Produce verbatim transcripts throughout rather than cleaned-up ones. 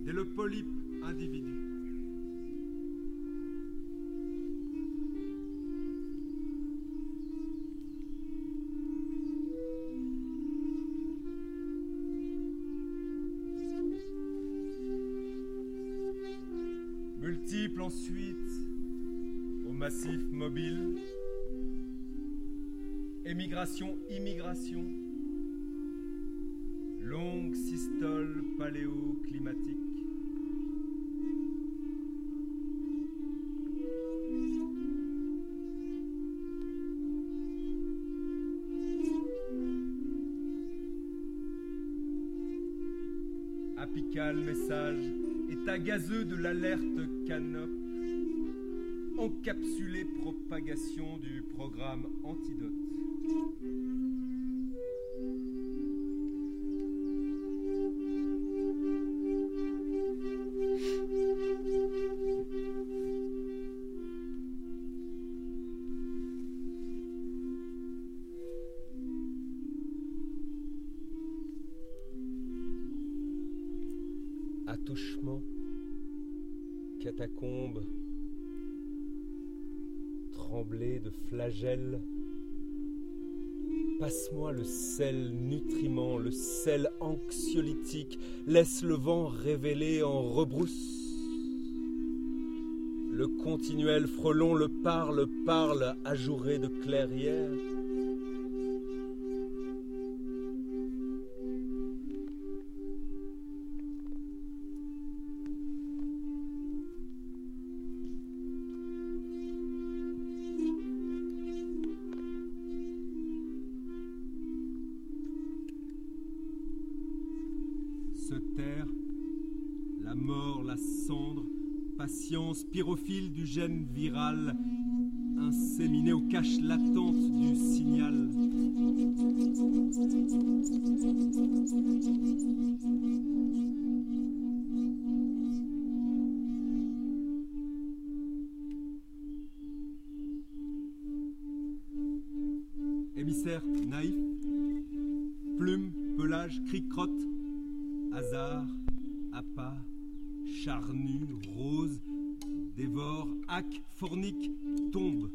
et le polype individu. Multiple ensuite au massif mobile, émigration, immigration, longue systole paléoclimatique. Apical message, état gazeux de l'alerte Canop, encapsulé propagation du programme Antidote. Attouchement, catacombes, tremblées de flagelles. Passe-moi le sel nutriment, le sel anxiolytique, laisse le vent révéler en rebrousse. Le continuel frelon, le parle, parle, ajouré de clairière. Se taire, la mort, la cendre, patience pyrophile du gène viral, inséminé aux caches latentes du signal. Émissaire naïf, plume, pelage, cri, crotte, hasard, appât, charnu, rose, dévore, hack, fornique, tombe.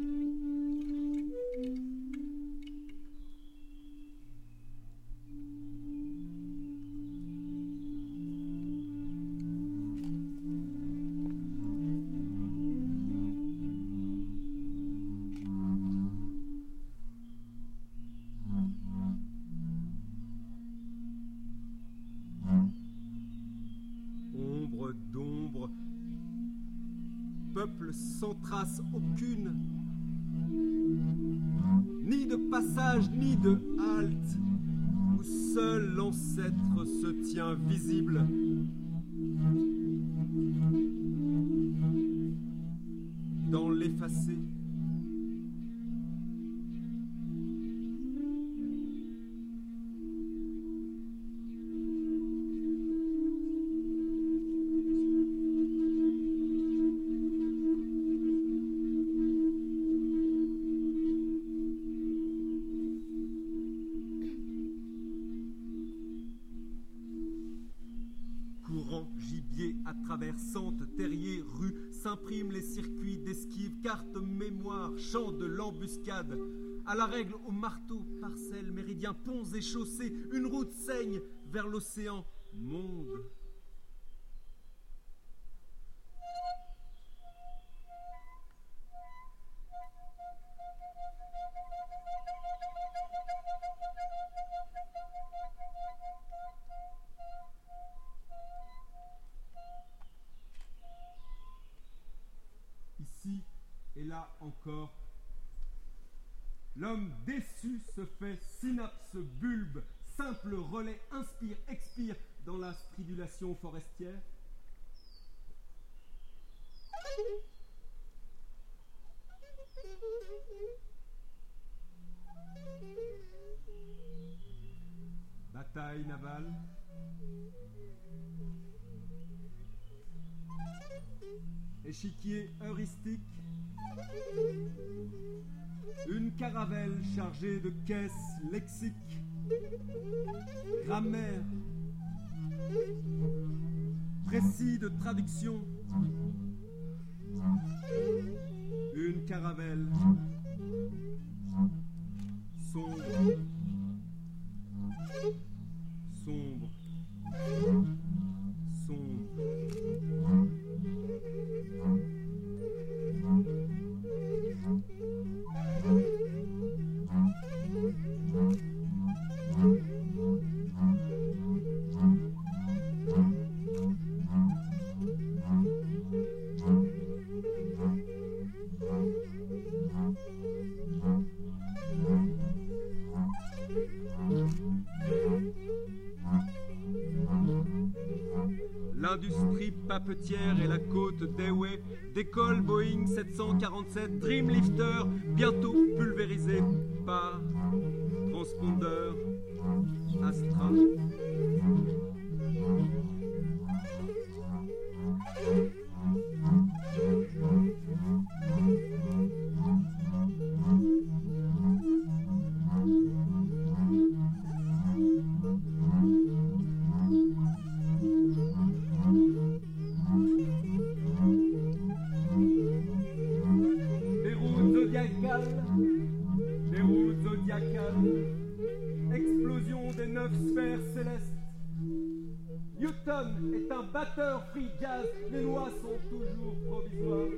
Ombre d'ombre, peuple sans trace aucune, ni de passage, ni de halte, où seul l'ancêtre se tient visible. Dans l'effacé. Courant, gibier, à traversante, terrier, rue, s'impriment les circuits d'esquive, carte mémoire, champ de l'embuscade. À la règle, au marteau, parcelles, méridiens, ponts et chaussées, une route saigne vers l'océan, monde. Ici et là encore, l'homme déçu se fait synapse bulbe, simple relais, inspire, expire dans la stridulation forestière. Bataille navale. Échiquier heuristique. Une caravelle chargée de caisses lexiques. Grammaire. récit de traduction. Une caravelle. Sombre. Sombre. Sombre. L'industrie papetière et la côte d'Ewey décolle Boeing sept cent quarante-sept Dreamlifter, bientôt pulvérisé par transpondeur Astra. Les routes zodiacales, explosion des neuf sphères célestes. Newton est un batteur free jazz, les lois sont toujours provisoires.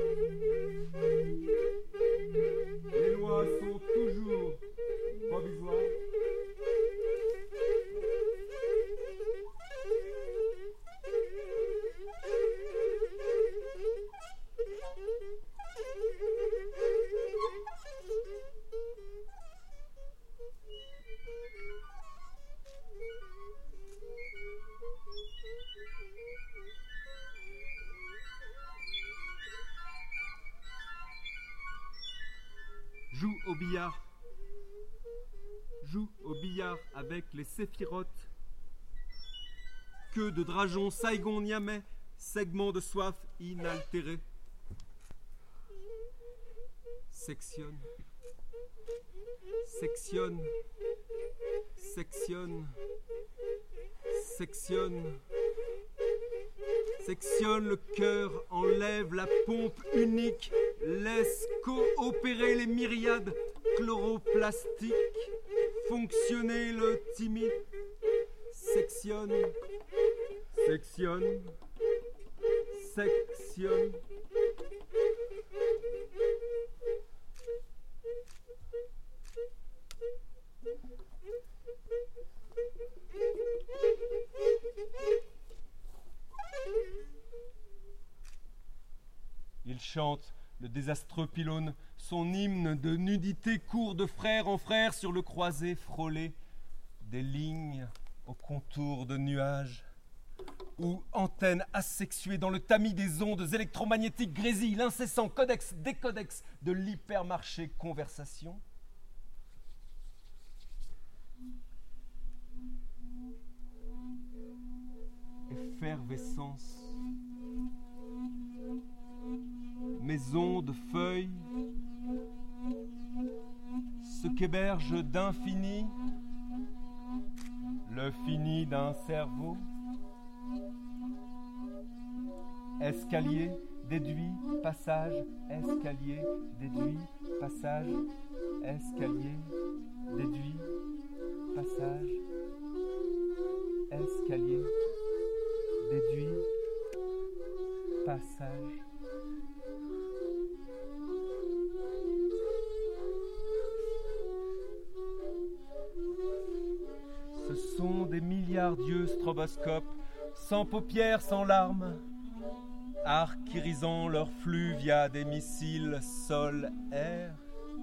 Les lois sont toujours provisoires. Joue au billard. Joue au billard avec les séphirotes. Queue de dragon, Saigon, Niamey, segment de soif inaltéré. Sectionne. Sectionne. Sectionne. Sectionne. Sectionne le cœur, enlève la pompe unique, laisse coopérer les myriades chloroplastiques, fonctionner le timide. Sectionne, sectionne, sectionne. Il chante, le désastreux pylône, son hymne de nudité court de frère en frère sur le croisé frôlé des lignes au contour de nuages, où antennes asexuées dans le tamis des ondes électromagnétiques grésillent l'incessant codex décodex de l'hypermarché conversation. Effervescence. Maison de feuilles, ce qu'héberge d'infini, le fini d'un cerveau. Escalier, déduit, passage, escalier, déduit, passage, escalier, déduit, passage, escalier, déduit, passage. Ce sont des milliards d'yeux stroboscopes, sans paupières, sans larmes, archirisant leur flux via des missiles sol-air.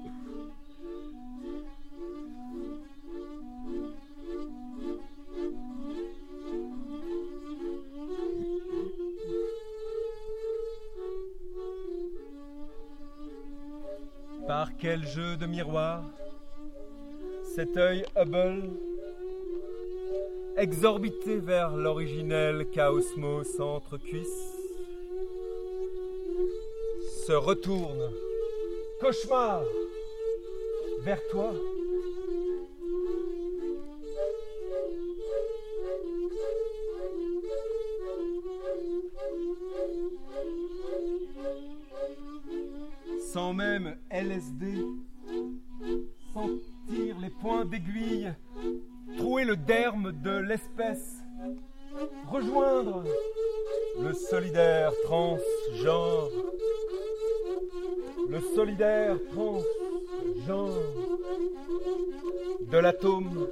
Par quel jeu de miroir cet œil Hubble, exorbité vers l'originel chaosmos entre cuisses, se retourne, cauchemar, vers toi. sans même L S D, sentir les points d'aiguille, trouer le derme de l'espèce, rejoindre le solidaire transgenre, le solidaire transgenre de l'atome.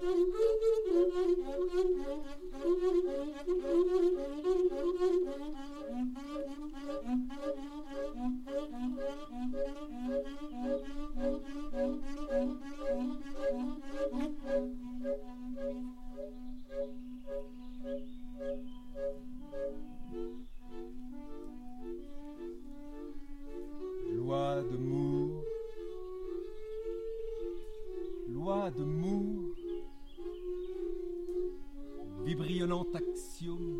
Loi de Moore, loi de Moore, vibrionnant axiome,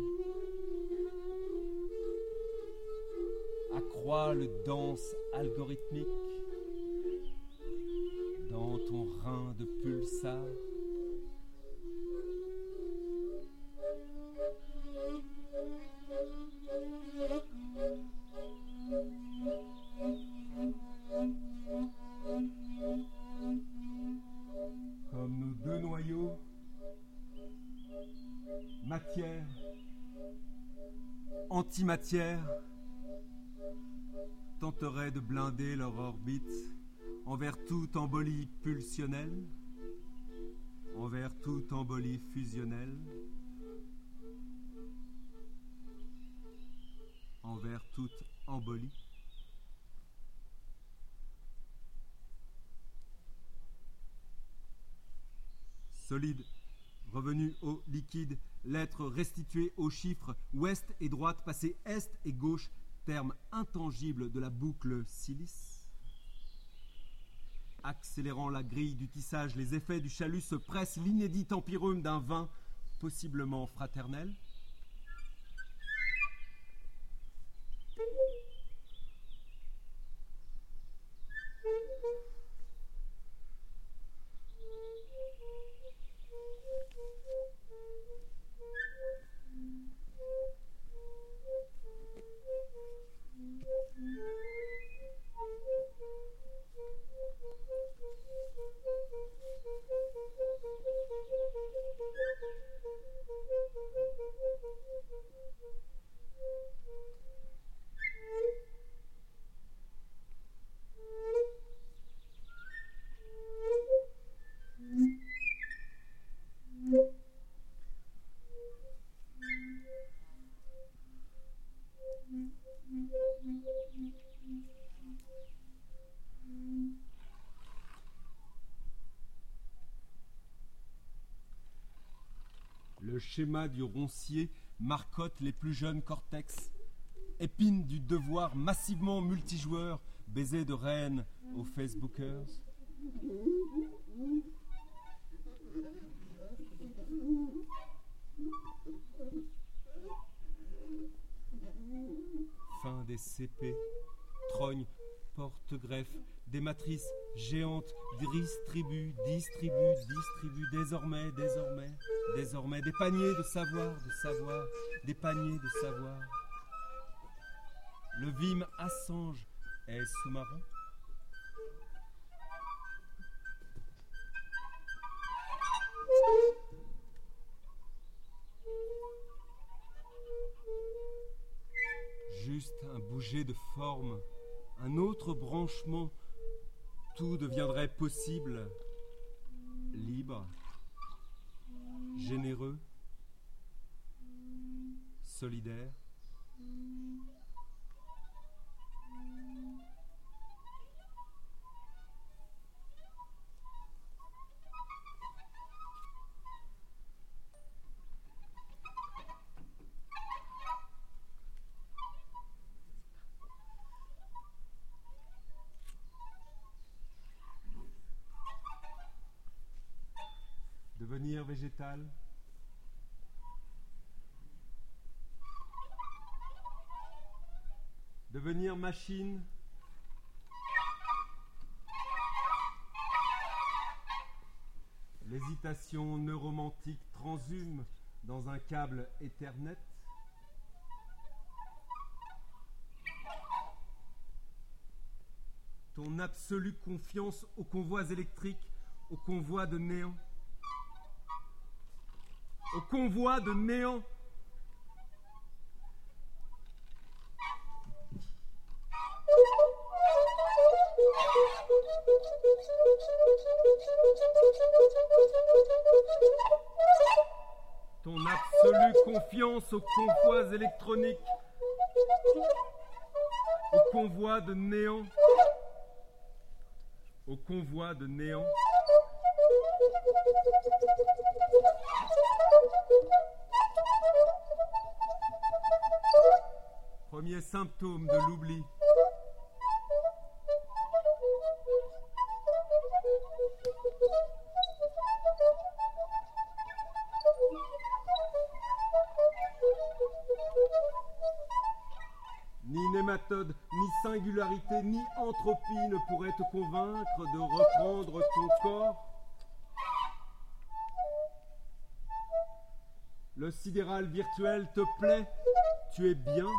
accroît le danse algorithmique dans ton rein de pulsar. Comme nos deux noyaux, matière, antimatière, tenteraient de blinder leur orbite envers toute embolie pulsionnelle, envers toute embolie fusionnelle, envers toute embolie. Solide, revenu au liquide, l'être restitué aux chiffres, ouest et droite, passé est et gauche, terme intangible de la boucle silice. Accélérant la grille du tissage, les effets du chalut se pressent l'inédit empyreume d'un vin possiblement fraternel. Le schéma du roncier marcotte les plus jeunes cortex, épine du devoir massivement multijoueur, baiser de reine aux Facebookers. Fin des C P, trogne, porte-greffe, des matrices géantes, distribuent, distribuent, distribuent, désormais, désormais, désormais, des paniers de savoir, de savoir, des paniers de savoir. Le Vim Assange est sous-marin. Juste un bouger de forme, un autre branchement, tout deviendrait possible, libre, généreux, solidaire. Devenir végétal, devenir machine, l'hésitation neuromantique transhume dans un câble Ethernet. Ton absolue confiance aux convois électriques, aux convois de néant. Aux convois de néant. Ton absolue confiance aux convois électroniques, aux convois de néant, aux convois de néant. Premier symptôme de l'oubli. Ni nématode, ni singularité, ni entropie ne pourraient te convaincre de reprendre ton corps. Le sidéral virtuel te plaît, tu es bien.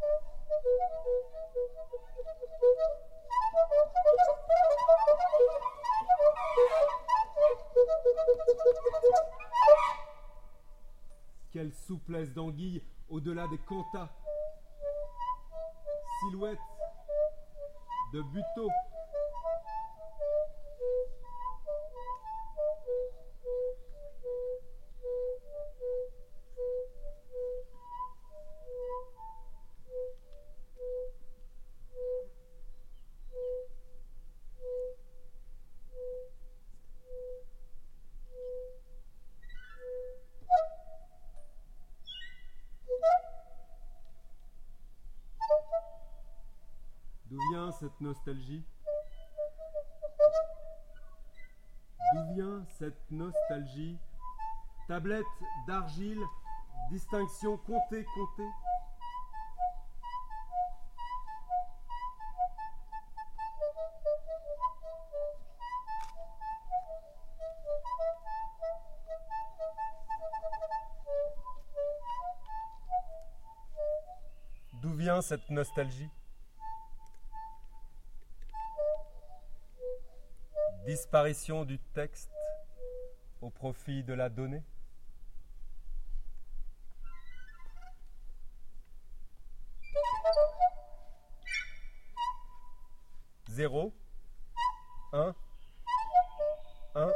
Quelle souplesse d'anguille au-delà des cantas. Silhouette de Buteau. D'où vient cette nostalgie? D'où vient cette nostalgie? Tablette d'argile, distinction comptée, comptée. D'où vient cette nostalgie? Disparition du texte au profit de la donnée. Zéro, un, un,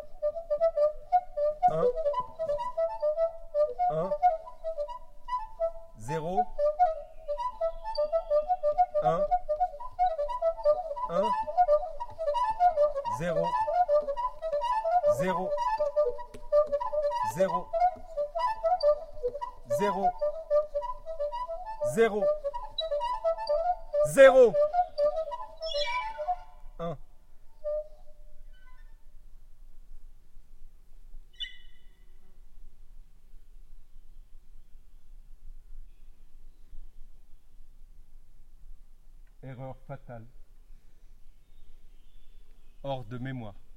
un, un, zéro, un, un, zéro, zéro, zéro, zéro, zéro, zéro, un. Erreur fatale. Hors de mémoire.